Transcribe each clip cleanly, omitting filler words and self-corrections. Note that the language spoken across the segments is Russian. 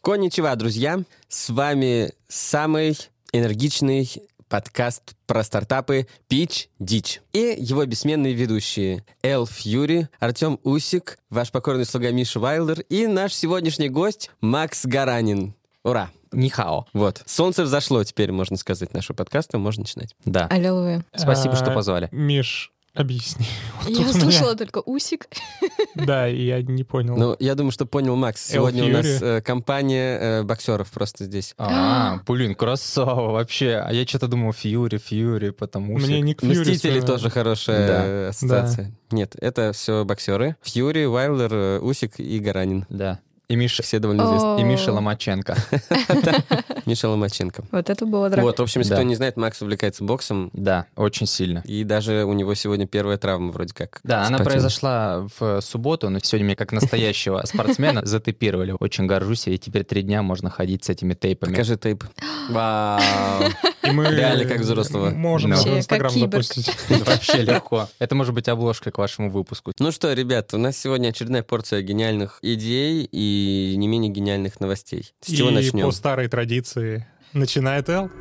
Конничева, друзья! С вами самый энергичный подкаст про стартапы Pitch Ditch. И его бессменные ведущие Эл Фьюри, Артем Усик, ваш покорный слуга Миша Вайлдер и наш сегодняшний гость Макс Гаранин. Ура! Нихао. Вот. Солнце взошло, теперь, можно сказать, нашего подкаста. Можно начинать. Да. Аллилуйя. Спасибо, что позвали. Миш, объясни. Я слышала только Усик. Да, и я не понял. Ну, я думаю, что понял Макс. Сегодня у нас компания боксеров просто здесь. Блин, красава вообще. А я что-то думал Фьюри, потому что... Мне ник Фьюри. Мстители тоже хорошая ассоциация. Нет, это все боксеры. Фьюри, Вайлдер, Усик и Гаранин. Да. И Миша. Все довольно известны. И Миша Ломаченко. Миша Ломаченко. Вот это было драка. Вот, в общем, если кто не знает, Макс увлекается боксом. Да, очень сильно. И даже у него сегодня первая травма вроде как. Да, она произошла в субботу, но сегодня меня как настоящего спортсмена затейпировали. Очень горжусь, и теперь 3 дня можно ходить с этими тейпами. Покажи тейп. Вау. И мы реально как взрослого. Можем в Инстаграм запустить. Вообще легко. Это может быть обложка к вашему выпуску. Ну что, ребят, у нас сегодня очередная порция гениальных идей и не менее гениальных новостей. С чего начнем? И по старой традиции начинает Эл.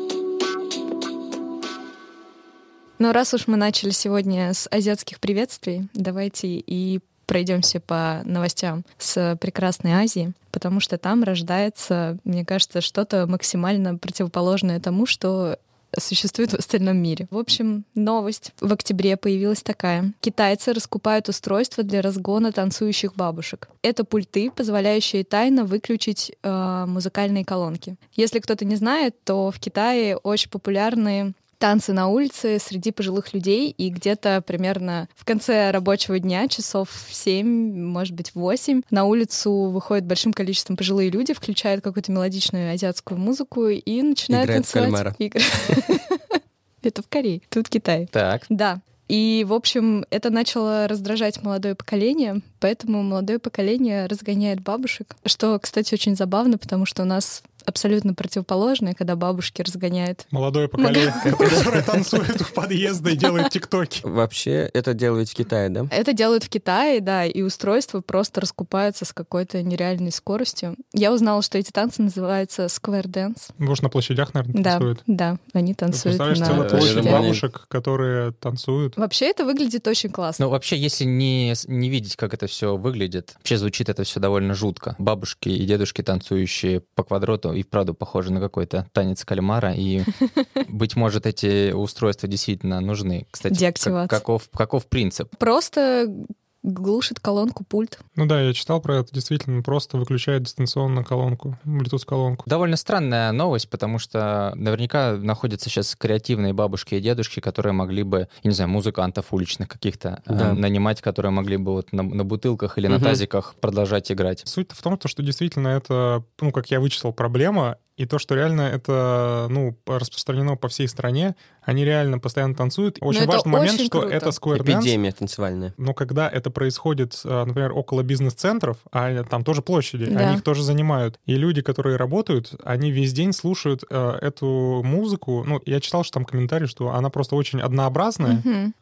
Ну, раз уж мы начали сегодня с азиатских приветствий, давайте и пройдемся по новостям с прекрасной Азии, потому что там рождается, мне кажется, что-то максимально противоположное тому, что существует в остальном мире. В общем, новость в октябре появилась такая. Китайцы раскупают устройства для разгона танцующих бабушек. Это пульты, позволяющие тайно выключить музыкальные колонки. Если кто-то не знает, то в Китае очень популярны танцы на улице среди пожилых людей, и где-то примерно в конце рабочего дня, часов в 7, может быть, 8, на улицу выходит большим количеством пожилые люди, включают какую-то мелодичную азиатскую музыку и начинают танцевать. Это в Корее, тут Китай. Так. Да. И, в общем, это начало раздражать молодое поколение, поэтому молодое поколение разгоняет бабушек, что, кстати, очень забавно, потому что у нас абсолютно противоположное, когда бабушки разгоняют. Молодое поколение, которое танцует у подъезда и делает тиктоки. Вообще, это делают в Китае, да? Это делают в Китае, да, и устройства просто раскупаются с какой-то нереальной скоростью. Я узнала, что эти танцы называются square dance. Может, на площадях, наверное, танцуют? Да, они танцуют на площадях. Представляешь, целая площадь площадях. бабушек, которые танцуют. Вообще это выглядит очень классно. Ну, вообще, если не видеть, как это все выглядит, вообще звучит это все довольно жутко. Бабушки и дедушки, танцующие по квадрату, и вправду похоже на какой-то танец кальмара, и, быть может, эти устройства действительно нужны. Кстати, каков принцип? Просто глушит колонку пульт. Ну да, я читал про это, действительно, просто выключает дистанционно колонку, Bluetooth-колонку. Довольно странная новость, потому что наверняка находятся сейчас креативные бабушки и дедушки, которые могли бы, я не знаю, музыкантов уличных каких-то нанимать, которые могли бы вот на бутылках или на тазиках продолжать играть. Суть в том, что действительно это, как я вычислил, проблема, и то, что реально это, распространено по всей стране, они реально постоянно танцуют. Очень важный момент, что круто. это square dance. Эпидемия танцевальная. Но когда это происходит, например, около бизнес-центров, а там тоже площади, да. они их тоже занимают. И люди, которые работают, они весь день слушают эту музыку. Ну, я читал, что там комментарий, что она просто очень однообразная,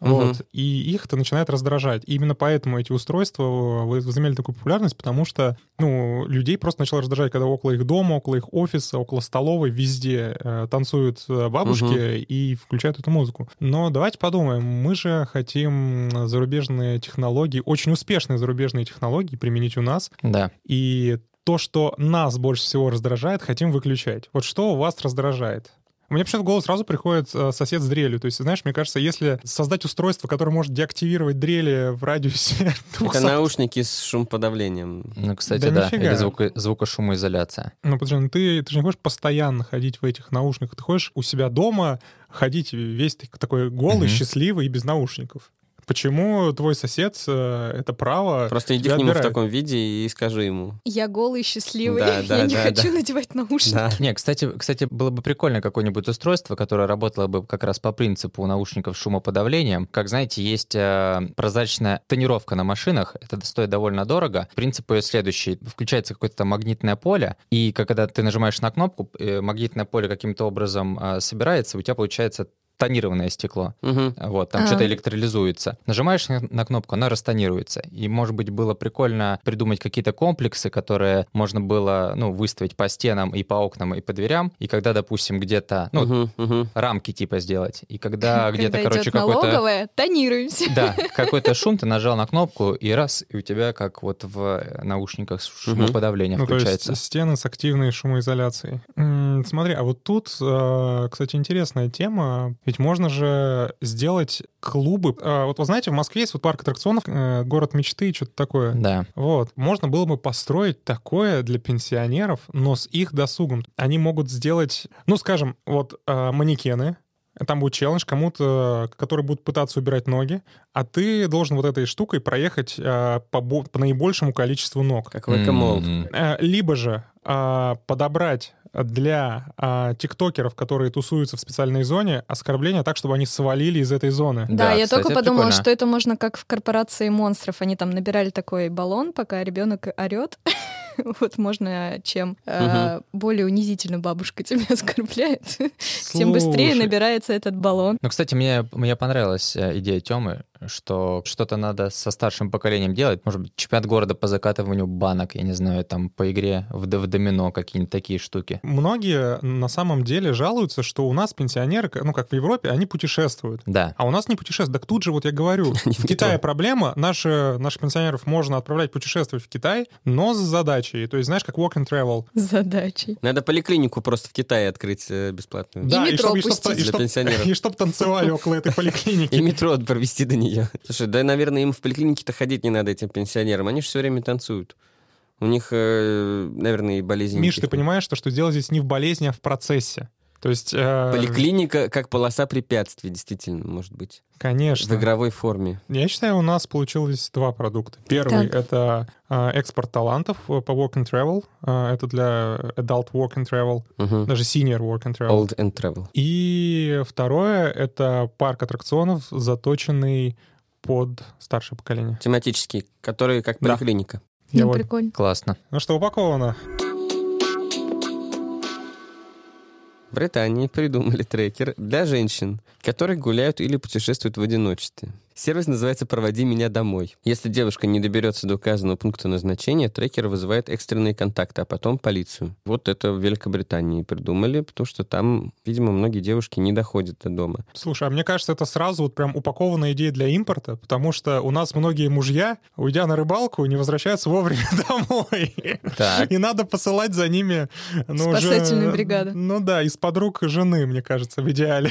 и их это начинает раздражать. И именно поэтому эти устройства возымели такую популярность, потому что, людей просто начало раздражать, когда около их дома, около их офиса, около столовой, везде танцуют бабушки и включают эту музыку. Но давайте подумаем, мы же хотим зарубежные технологии, очень успешные зарубежные технологии применить у нас. Да. И то, что нас больше всего раздражает, хотим выключать. Вот что у вас раздражает? У меня почему-то в голову сразу приходит сосед с дрелью. То есть, знаешь, мне кажется, если создать устройство, которое может деактивировать дрели в радиусе 200... Это наушники с шумоподавлением. Ну, кстати, да. Или звукошумоизоляция. Ну, подожди, ты же не хочешь постоянно ходить в этих наушниках. Ты хочешь у себя дома ходить весь такой голый, счастливый и без наушников. Почему твой сосед это право просто иди к нему в таком виде и скажи ему. Я голый, счастливый, я не хочу надевать наушники. Да. Не, кстати, было бы прикольно какое-нибудь устройство, которое работало бы как раз по принципу наушников с шумоподавлением. Как знаете, есть прозрачная тонировка на машинах, это стоит довольно дорого. Принцип ее следующий. Включается какое-то магнитное поле, и когда ты нажимаешь на кнопку, магнитное поле каким-то образом собирается, у тебя получается тонированное стекло. Вот, там что-то электролизуется. Нажимаешь на кнопку, она растонируется. И, может быть, было прикольно придумать какие-то комплексы, которые можно было, выставить по стенам и по окнам, и по дверям. И когда, допустим, где-то, рамки типа сделать. И когда где-то, короче, какой-то... налоговая, тонируемся. Да, какой-то шум, ты нажал на кнопку, и раз, и у тебя как вот в наушниках шумоподавление включается. То есть стены с активной шумоизоляцией. Смотри, а вот тут, кстати, интересная тема. Ведь можно же сделать клубы. Вот вы знаете, в Москве есть вот парк аттракционов, город мечты, что-то такое. Да. Вот. Можно было бы построить такое для пенсионеров, но с их досугом. Они могут сделать, скажем, вот манекены. Там будет челлендж кому-то, который будет пытаться убирать ноги, а ты должен вот этой штукой проехать по наибольшему количеству ног. Как вэкомол. Либо же подобрать для тиктокеров, которые тусуются в специальной зоне, оскорбления так, чтобы они свалили из этой зоны. Да, я кстати, только подумала, прикольно. что это можно как в корпорации монстров. Они там набирали такой баллон, пока ребенок орет. Вот можно, чем более унизительно бабушка тебя оскорбляет, тем быстрее набирается этот баллон. Ну, кстати, мне понравилась идея Тёмы, что что-то надо со старшим поколением делать. Может быть, чемпионат города по закатыванию банок, я не знаю, там по игре в домино, какие-нибудь такие штуки. Многие на самом деле жалуются, что у нас пенсионеры, как в Европе, они путешествуют. Да. А у нас не путешествуют. Так тут же, вот я говорю, в Китае проблема. Наших пенсионеров можно отправлять путешествовать в Китай, но с задачей. То есть, знаешь, как walk and travel. С задачей. Надо поликлинику просто в Китае открыть бесплатную. Да, метро для пенсионеров. И чтоб танцевали около этой поликлиники. И метро провести до нее. Слушай, да, наверное, им в поликлинике-то ходить не надо, этим пенсионерам. Они же все время танцуют. У них, наверное, и болезни. Миш, ты понимаешь, что дело здесь не в болезни, а в процессе. То есть... Поликлиника как полоса препятствий, действительно, может быть. Конечно. В игровой форме. Я считаю, у нас получилось два продукта. Первый — это экспорт талантов по Work and Travel. Это для Adult Work and Travel, даже Senior Work and Travel. Old and Travel. И второе — это парк аттракционов, заточенный под старшее поколение. Тематический, который как поликлиника. Прикольно. Классно. Ну что, упаковано? В Британии придумали трекер для женщин, которые гуляют или путешествуют в одиночестве. Сервис называется «Проводи меня домой». Если девушка не доберется до указанного пункта назначения, трекер вызывает экстренные контакты, а потом полицию. Вот это в Великобритании придумали, потому что там, видимо, многие девушки не доходят до дома. Слушай, а мне кажется, это сразу вот прям упакованная идея для импорта, потому что у нас многие мужья, уйдя на рыбалку, не возвращаются вовремя домой. Так. И надо посылать за ними... Спасательную бригаду. Ну да, из-под рук жены, мне кажется, в идеале.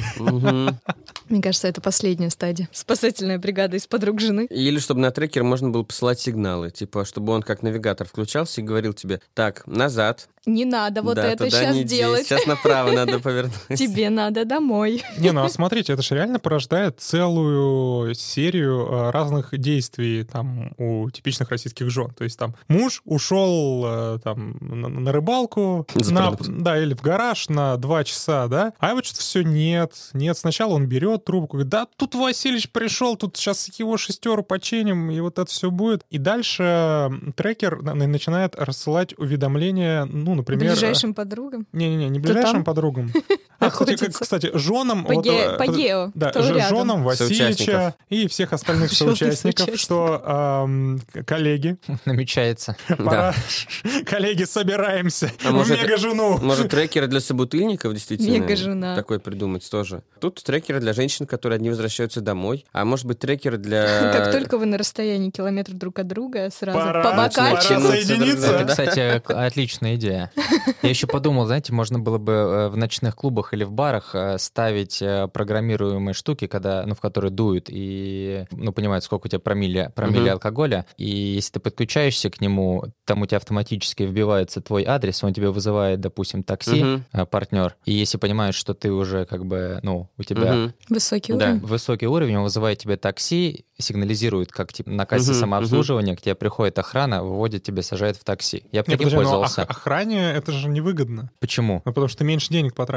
Мне кажется, это последняя стадия. Спасательная бригада из-под рук жены. Или чтобы на трекер можно было посылать сигналы, типа, чтобы он как навигатор включался и говорил тебе: так, назад. Не надо вот да, это туда сейчас не иди, делать. сейчас направо надо повернуть. Тебе надо домой. Не, ну а смотрите, это же реально порождает целую серию разных действий там у типичных российских жен. То есть там муж ушел там на рыбалку, да, или в гараж на 2 часа, да, а вот что-то все нет. Сначала он берет трубку, говорит: да, тут Васильевич пришел, тут сейчас его 6 починим, и вот это все будет. И дальше трекер начинает рассылать уведомления, ну, например... Ближайшим подругам? Не ближайшим подругам. Кстати, женам... По гео. Да, женам Васильевича и всех остальных соучастников, что коллеги... Намечается. Пора, коллеги, собираемся в мега-жену. Может, трекеры для собутыльников действительно мега-жена такой придумать тоже. Тут трекеры для женщин, которые одни возвращаются домой, а может быть, трекеры для... Как только вы на расстоянии километра друг от друга, сразу пора, по бокальчику. пора соединиться. Это, кстати, отличная идея. Я еще подумал, знаете, можно было бы в ночных клубах или в барах ставить программируемые штуки, в которые дуют и понимают, сколько у тебя промилле алкоголя. И если ты подключаешься к нему, там у тебя автоматически вбивается твой адрес, он тебе вызывает, допустим, такси, партнер. И если понимаешь, что ты уже у тебя... Высокий уровень. Да, высокий уровень, он вызывает тебе такси, сигнализирует, как на кассе самообслуживания, к тебе приходит охрана, выводит тебя, сажает в такси. Я бы таким пользовался. Охране это же невыгодно. Почему? Потому что ты меньше денег потратишь.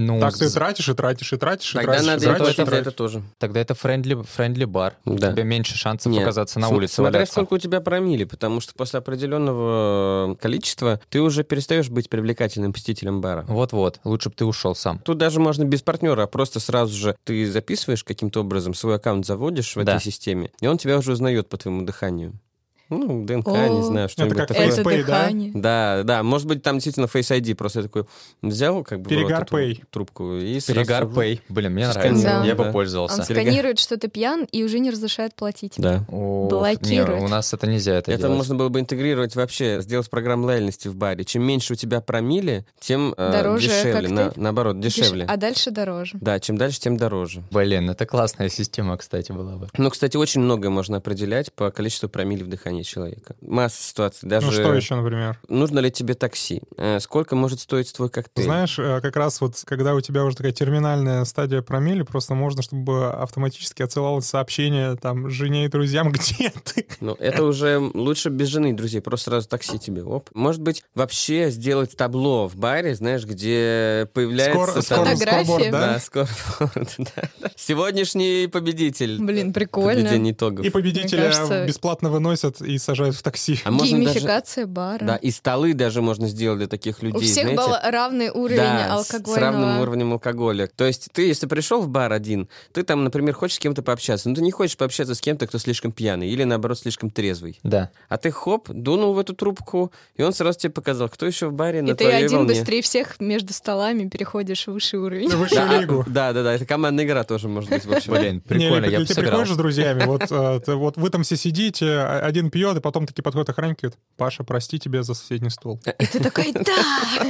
Так ты тратишь и тратишь, и тратишь, и Тогда тратишь. надо платить за это тоже. Тогда это френдли бар. Да. У тебя меньше шансов Нет. оказаться на улице Смотря валяться. сколько у тебя промилле, потому что после определенного количества ты уже перестаешь быть привлекательным посетителем бара. Вот-вот, лучше бы ты ушел сам. Тут даже можно без партнера, а просто сразу же ты записываешь каким-то образом, свой аккаунт заводишь в Да. этой системе, и он тебя уже узнает по твоему дыханию. Ну, ДНК, не знаю, Это что-нибудь как такое. Это Face Pay, да? дыхание. Да, может быть, там действительно Face ID, просто я такой взял, как бы, в рот Перегар эту Pay. трубку и Перегар сразу... Pay. Блин, мне Сканировал, нравится. Я да. бы пользовался. Он сканирует, что ты пьян, и уже не разрешает платить. Да. Блокирует. Не, у нас это нельзя это Это делать. можно было бы интегрировать вообще, сделать программу лояльности в баре. Чем меньше у тебя промилле, тем Дороже дешевле. коктейль? Наоборот, дешевле. А дальше дороже. Да, чем дальше, тем дороже. Блин, это классная система, кстати, была бы. Ну, кстати, очень многое можно определять по количеству промилле в дыхании человека. Масса ситуаций. Даже Ну что еще, например? нужно ли тебе такси? Сколько может стоить твой коктейль? Знаешь, как раз вот, когда у тебя уже такая терминальная стадия промилле, просто можно, чтобы автоматически отсылалось сообщение там жене и друзьям, где ты. Ну, это уже лучше без жены и друзей, просто сразу такси тебе. Оп. Может быть, вообще сделать табло в баре, знаешь, где появляется... Фотографии? скорборд, Да, скорборд, да. Сегодняшний победитель. Блин, прикольно. Подведение итогов. И победителя Мне кажется- бесплатно выносят и сажают в такси. А можно даже... Геймификация бара. Да, и столы даже можно сделать для таких людей, У всех знаете? был равный уровень Да, алкогольного. с равным уровнем алкоголя. То есть ты, если пришел в бар один, ты там, например, хочешь с кем-то пообщаться, но ты не хочешь пообщаться с кем-то, кто слишком пьяный или, наоборот, слишком трезвый. Да. А ты, хоп, дунул в эту трубку, и он сразу тебе показал, кто еще в баре И на ты твоей один волне. быстрее всех между столами переходишь в высший уровень. На высшую лигу. Да, это командная игра тоже может быть. В общем. Блин, прикольно, Не, я бы ты сыграл. приходишь с друзьями, вот вы там все сидите, один пьет, и потом такие подходят охранники, говорят: Паша, прости тебя за соседний стол. И ты такой, да!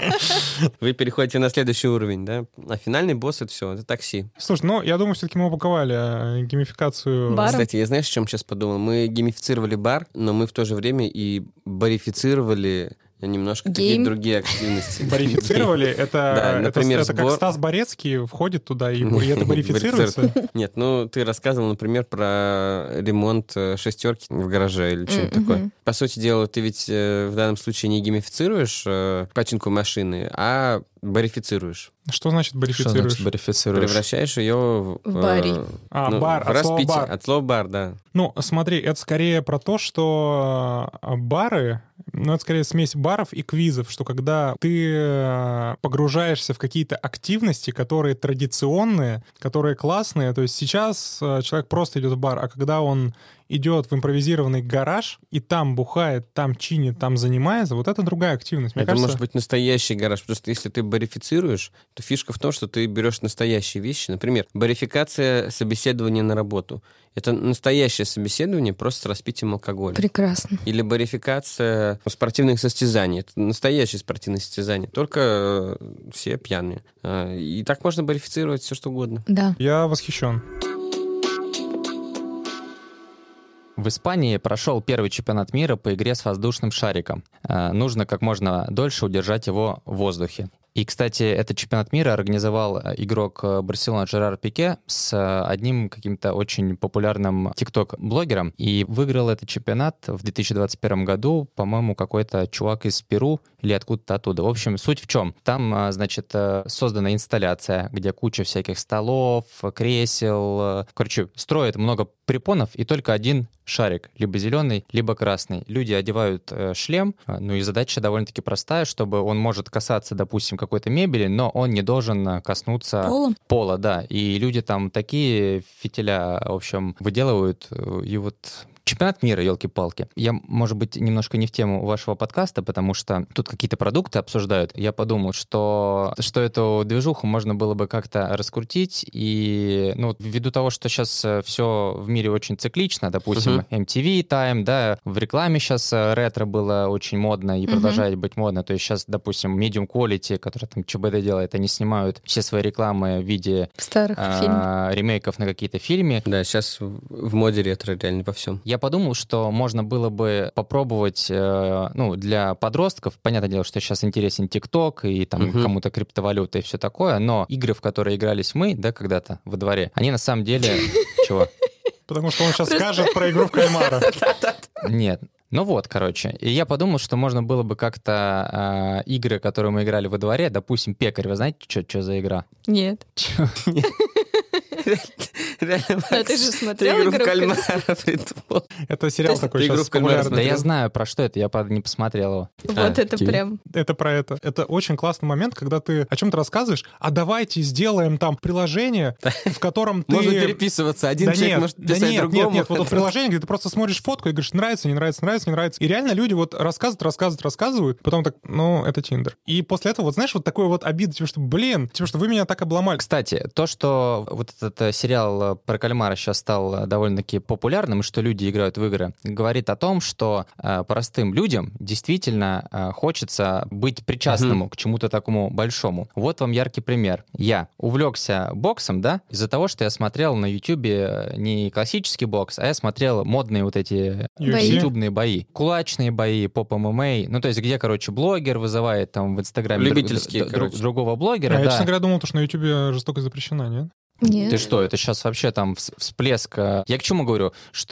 Вы переходите на следующий уровень, да? А финальный босс — это все, это такси. Слушай, ну, я думаю, все-таки мы упаковали геймификацию. Бар. Кстати, я знаешь, о чем сейчас подумал? Мы геймифицировали бар, но мы в то же время и барифицировали немножко какие-то другие активности. Барифицировали? Да, Это например, как сбор- Стас Борецкий входит туда, и это барифицируется? Нет, ну ты рассказывал, например, про ремонт шестерки в гараже или что-нибудь такое. По сути дела, ты ведь в данном случае не геймифицируешь починку машины, а барифицируешь. Что значит Что барифицируешь? значит барифицируешь? Превращаешь ее В баре. Бар, в от слова распитие. бар. От слова бар, да. Ну, смотри, это скорее про то, что бары, ну, это скорее смесь баров и квизов, что когда ты погружаешься в какие-то активности, которые традиционные, которые классные, то есть сейчас человек просто идет в бар, а когда он идет в импровизированный гараж и там бухает, там чинит, там занимается, вот это другая активность. Мне Это кажется, может быть настоящий гараж, потому что если ты барифицируешь, то фишка в том, что ты берешь настоящие вещи. Например, барификация собеседования на работу. Это настоящее собеседование просто с распитием алкоголя. Прекрасно. Или барификация спортивных состязаний. Это настоящее спортивное состязание, только все пьяные. И так можно барифицировать все, что угодно. Да. я восхищен. В Испании прошел первый чемпионат мира по игре с воздушным шариком. Нужно как можно дольше удержать его в воздухе. И, кстати, этот чемпионат мира организовал игрок Барселоны Жерар Пике с одним каким-то очень популярным тикток-блогером. И выиграл этот чемпионат в 2021 году, по-моему, какой-то чувак из Перу или откуда-то оттуда. В общем, суть в чем? Там, значит, создана инсталляция, где куча всяких столов, кресел. Короче, строят много препонов, и только один шарик, либо зеленый, либо красный. Люди одевают шлем, ну и задача довольно-таки простая, чтобы он может касаться, допустим, какой-то мебели, но он не должен коснуться пола, да. И люди там такие фитиля, в общем, выделывают, и вот... Чемпионат мира, елки-палки. Я, может быть, немножко не в тему вашего подкаста, потому что тут какие-то продукты обсуждают. Я подумал, что эту движуху можно было бы как-то раскрутить. И, ну, ввиду того, что сейчас все в мире очень циклично, допустим, MTV Time, да, в рекламе сейчас ретро было очень модно и продолжает быть модно. То есть сейчас, допустим, Medium Quality, который там ЧБД делает, они снимают все свои рекламы в виде Старых фильмов. ремейков на какие-то фильмы. Да, сейчас в моде ретро реально во всем. Я подумал, что можно было бы попробовать, ну, для подростков, понятное дело, что сейчас интересен ТикТок и там кому-то криптовалюта и все такое, но игры, в которые игрались мы, да, когда-то во дворе, они на самом деле... Чего? Потому что он сейчас скажет про игру в кальмара. Нет. Ну вот, короче. И я подумал, что можно было бы как-то игры, которые мы играли во дворе, допустим, «Пекарь». Вы знаете, что за игра? Нет. А ты же смотрел «Игру в «Игру в кальмара»? Это сериал такой «Игру сейчас в кальмара» популярный. Да я знаю, про что это, я не посмотрел его. Вот это окей. прям... Это про это. Это очень классный момент, когда ты о чем-то рассказываешь, а давайте сделаем там приложение, в котором ты... Можно переписываться. Один человек может писать другому. Нет, вот приложение, где ты просто смотришь фотку и говоришь, нравится, не нравится, нравится, не нравится. И реально люди вот рассказывают, потом так, ну, это Тиндер. И после этого, вот знаешь, вот такое вот обида, типа, что, блин, типа, что вы меня так обломали. Кстати, то, что вот этот сериал про кальмара сейчас стал довольно-таки популярным, и что люди играют в игры, говорит о том, что простым людям действительно хочется быть причастному к чему-то такому большому. Вот вам яркий пример. Я увлекся боксом, да, из-за того, что я смотрел на Ютубе не классический бокс, а я смотрел модные вот эти ютубные бои. Кулачные бои, поп-ММА, ну, то есть где, короче, блогер вызывает там в Инстаграме Любительские, короче. другого блогера. Я, да. честно говоря, думал, что на Ютубе жестокость запрещена, нет? Нет. Ты что, это сейчас вообще там всплеск. Я к чему говорю?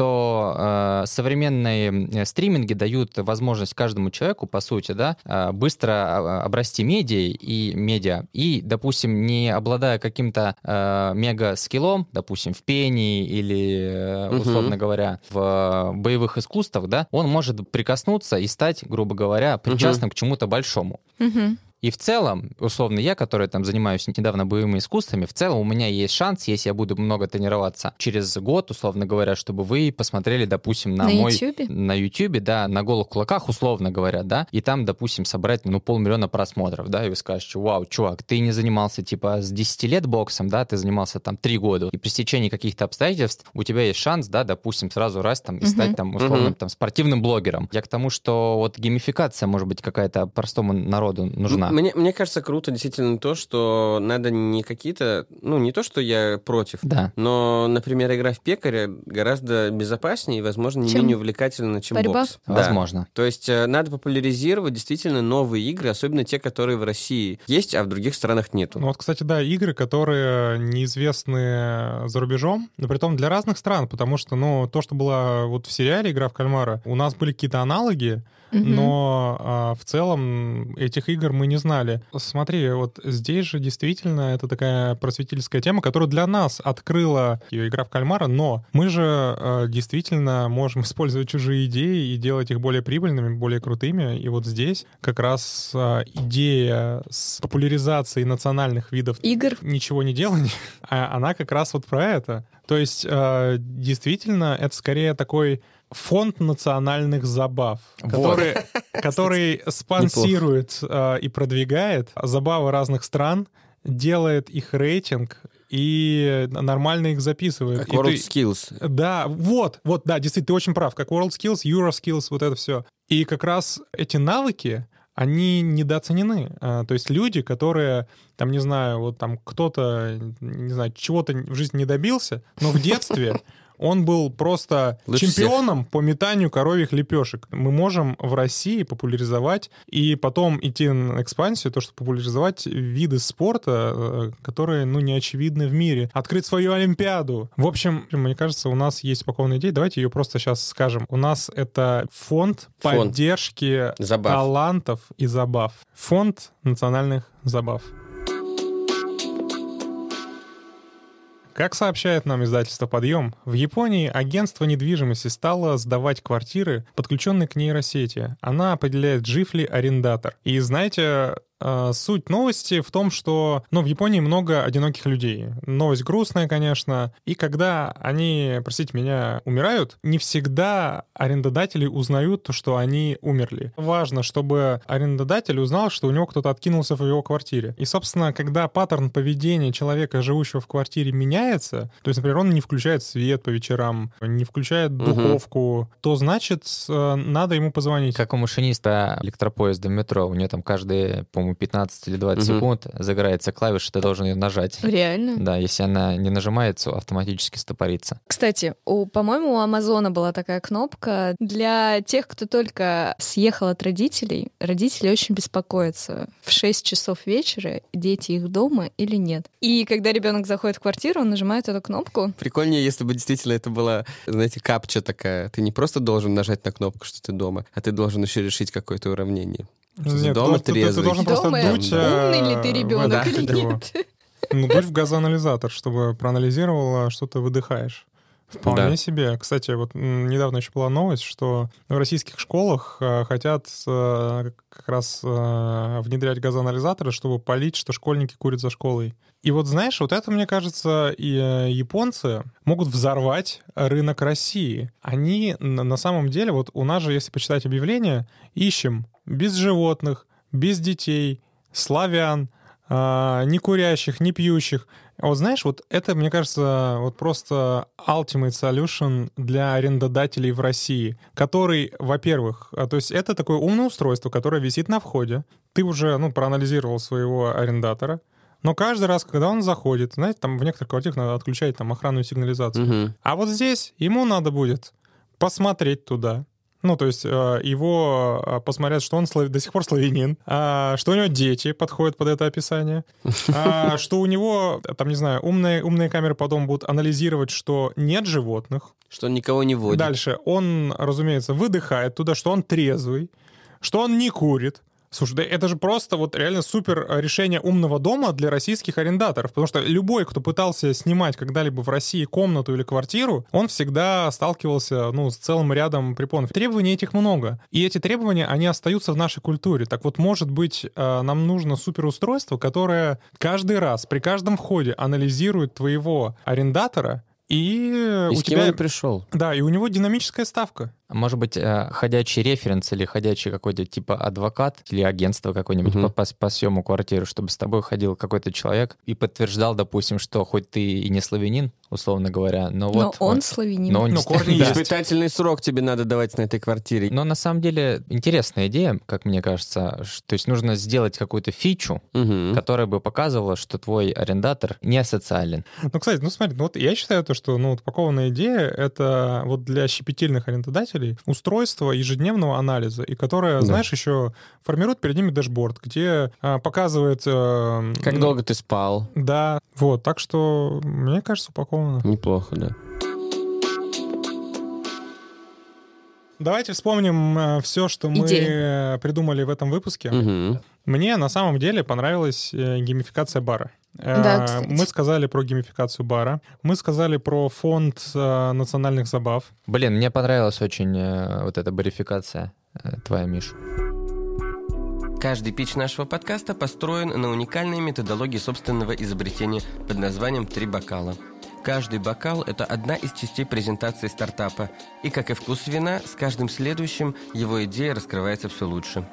Что современные стриминги дают возможность каждому человеку, по сути, да, быстро обрасти медиа, и, допустим, не обладая каким-то мега-скиллом, допустим, в пении или, условно говоря, в боевых искусствах, да, он может прикоснуться и стать, грубо говоря, причастным к чему-то большому. И в целом, условно, я, который там занимаюсь недавно боевыми искусствами, в целом у меня есть шанс, если я буду много тренироваться, через год, условно говоря, чтобы вы посмотрели, допустим, на мой... Ютубе? На Ютубе, да, на голых кулаках, условно говоря, да, и там, допустим, собрать, 500 000 просмотров, да, и вы скажете, вау, чувак, ты не занимался, типа, с 10 лет боксом, да, ты занимался там 3 года, и при стечении каких-то обстоятельств у тебя есть шанс, да, допустим, сразу раз там и стать там условным там спортивным блогером. Я к тому, что вот геймификация, может быть, какая-то простому народу нужна. Мне кажется, круто действительно то, что надо не какие-то... Ну, не то, что я против, Да. но, например, игра в «Пекаря» гораздо безопаснее и, возможно, не менее увлекательна, чем борьба? бокс. Возможно. Да. То есть надо популяризировать действительно новые игры, особенно те, которые в России есть, а в других странах нету. Ну вот, кстати, да, игры, которые неизвестны за рубежом, но притом для разных стран, потому что, ну, то, что было вот в сериале «Игра в кальмара», у нас были какие-то аналоги, но в целом этих игр мы не знали. Смотри, вот здесь же действительно это такая просветительская тема, которую для нас открыла «Игра в кальмара», но мы же действительно можем использовать чужие идеи и делать их более прибыльными, более крутыми. И вот здесь как раз идея с популяризацией национальных видов игр, ничего не делания, она как раз вот про это. То есть действительно это скорее такой фонд национальных забав, который спонсирует и продвигает забавы разных стран, делает их рейтинг и нормально их записывает. Как WorldSkills. Да, да, действительно, ты очень прав. Как WorldSkills, EuroSkills, вот это все. И как раз эти навыки, они недооценены. То есть люди, которые, там, не знаю, вот там кто-то, не знаю, чего-то в жизни не добился, но в детстве он был просто чемпионом по метанию коровьих лепешек. Мы можем в России популяризовать и потом идти на экспансию, то, что популяризовать виды спорта, которые, не очевидны в мире. Открыть свою Олимпиаду. В общем, мне кажется, у нас есть упакованная идея. Давайте ее просто сейчас скажем. У нас это фонд поддержки талантов и забав. Фонд национальных забав. Как сообщает нам издательство «Подъем», в Японии агентство недвижимости стало сдавать квартиры, подключенные к нейросети. Она определяет, жив ли арендатор. И знаете, суть новости в том, что в Японии много одиноких людей. Новость грустная, конечно. И когда они, простите меня, умирают, не всегда арендодатели узнают, что они умерли. Важно, чтобы арендодатель узнал, что у него кто-то откинулся в его квартире. И, собственно, когда паттерн поведения человека, живущего в квартире, меняется, то есть, например, он не включает свет по вечерам, не включает духовку, то, значит, надо ему позвонить. Как у машиниста электропоезда в метро. У него там каждые, по-моему, по-моему, 15 или 20 секунд загорается клавиша, ты должен ее нажать. Реально? Да, если она не нажимается, автоматически стопорится. Кстати, по-моему, у Амазона была такая кнопка для тех, кто только съехал от родителей. Родители очень беспокоятся в 6 часов вечера, дети их дома или нет. И когда ребенок заходит в квартиру, он нажимает эту кнопку. Прикольнее, если бы действительно это была, знаете, капча такая. Ты не просто должен нажать на кнопку, что ты дома, а ты должен еще решить какое-то уравнение. Нет, дома ты трезвый. должен просто Дома дуть... умный ли ты ребенок да, или нет? Ну, дуть в газоанализатор, чтобы проанализировало, что ты выдыхаешь. Вполне себе. Кстати, вот недавно еще была новость, что в российских школах хотят как раз внедрять газоанализаторы, чтобы палить, что школьники курят за школой. И вот знаешь, вот это, мне кажется, и японцы могут взорвать рынок России. Они на самом деле, вот у нас же, если почитать объявления, ищем без животных, без детей, славян, не курящих, не пьющих. А вот знаешь, вот это, мне кажется, вот просто ultimate solution для арендодателей в России, который, во-первых, то есть это такое умное устройство, которое висит на входе. Ты уже, проанализировал своего арендатора, но каждый раз, когда он заходит, знаете, там в некоторых квартирах надо отключать там охранную сигнализацию. А вот здесь ему надо будет посмотреть туда. То есть его посмотрят, что он до сих пор славянин, что у него дети подходят под это описание, что у него, там, не знаю, умные камеры потом будут анализировать, что нет животных. Что он никого не водит. Дальше он, разумеется, выдыхает туда, что он трезвый, что он не курит. Слушай, да это же просто вот реально супер решение умного дома для российских арендаторов, потому что любой, кто пытался снимать когда-либо в России комнату или квартиру, он всегда сталкивался, с целым рядом препонов. Требований этих много, и эти требования, они остаются в нашей культуре. Так вот, может быть, нам нужно суперустройство, которое каждый раз, при каждом входе анализирует твоего арендатора, и у с тебя... кем он пришел. Да, и у него динамическая ставка. Может быть, ходячий референс или ходячий какой-то типа адвокат или агентство какое-нибудь по съему квартиры, чтобы с тобой ходил какой-то человек и подтверждал, допустим, что хоть ты и не славянин, условно говоря, но он славянин. Но он корни есть. Испытательный срок тебе надо давать на этой квартире. Но на самом деле интересная идея, как мне кажется. То есть нужно сделать какую-то фичу, которая бы показывала, что твой арендатор не асоциален. Кстати, смотри, вот я считаю то, что упакованная идея — это вот для щепетильных арендодателей устройство ежедневного анализа, и которое, знаешь, еще формирует перед ними дэшборд, где показывает... Как долго ты спал. Да, вот, так что, мне кажется, упаковано. Неплохо, да. Давайте вспомним все, что мы придумали в этом выпуске. Мне на самом деле понравилась геймификация бара. Да, кстати. Мы сказали про геймификацию бара, мы сказали про фонд национальных забав. Блин, мне понравилась очень вот эта барификация твоя, Миш. Каждый питч нашего подкаста построен на уникальной методологии собственного изобретения под названием «3 бокала». Каждый бокал – это одна из частей презентации стартапа. И, как и вкус вина, с каждым следующим его идея раскрывается все лучше.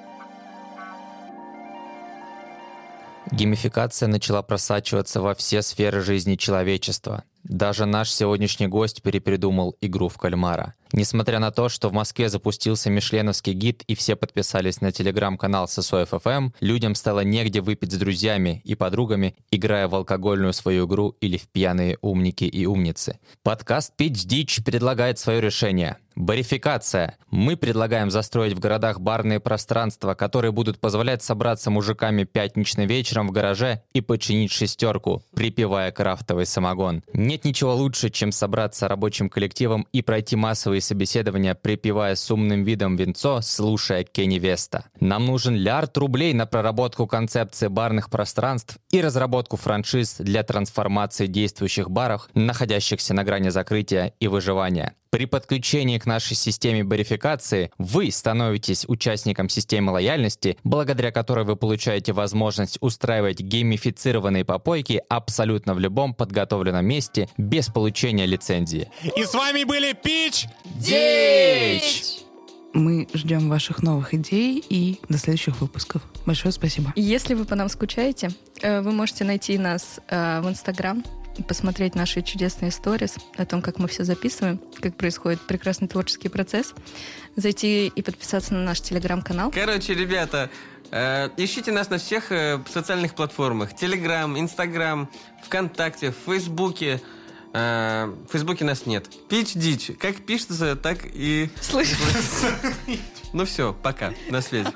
Геймификация начала просачиваться во все сферы жизни человечества. Даже наш сегодняшний гость перепридумал игру в кальмара. Несмотря на то, что в Москве запустился мишленовский гид и все подписались на телеграм-канал Сосоев ФМ, людям стало негде выпить с друзьями и подругами, играя в алкогольную свою игру или в пьяные умники и умницы. Подкаст «Пить дичь» предлагает свое решение. Барификация. Мы предлагаем застроить в городах барные пространства, которые будут позволять собраться мужиками пятничным вечером в гараже и починить шестерку, припивая крафтовый самогон. Нет ничего лучше, чем собраться рабочим коллективом и пройти массовые собеседования, припивая с умным видом винцо, слушая Кенни Веста. Нам нужен $1 миллиард рублей на проработку концепции барных пространств и разработку франшиз для трансформации действующих баров, находящихся на грани закрытия и выживания. При подключении к нашей системе барификации вы становитесь участником системы лояльности, благодаря которой вы получаете возможность устраивать геймифицированные попойки абсолютно в любом подготовленном месте без получения лицензии. И с вами были Пич Дичь! Мы ждем ваших новых идей и до следующих выпусков. Большое спасибо. Если вы по нам скучаете, вы можете найти нас в Инстаграм, посмотреть наши чудесные сторис о том, как мы все записываем, как происходит прекрасный творческий процесс, зайти и подписаться на наш телеграм-канал. Короче, ребята, ищите нас на всех социальных платформах. Телеграм, Инстаграм, ВКонтакте, в Фейсбуке. В Фейсбуке нас нет. Пич Дич. Как пишется, так и... Слышишь? Ну все, пока. На связи.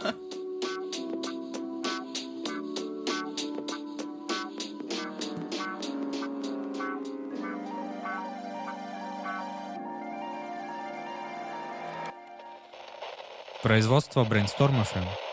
Производство Brainstorm FM.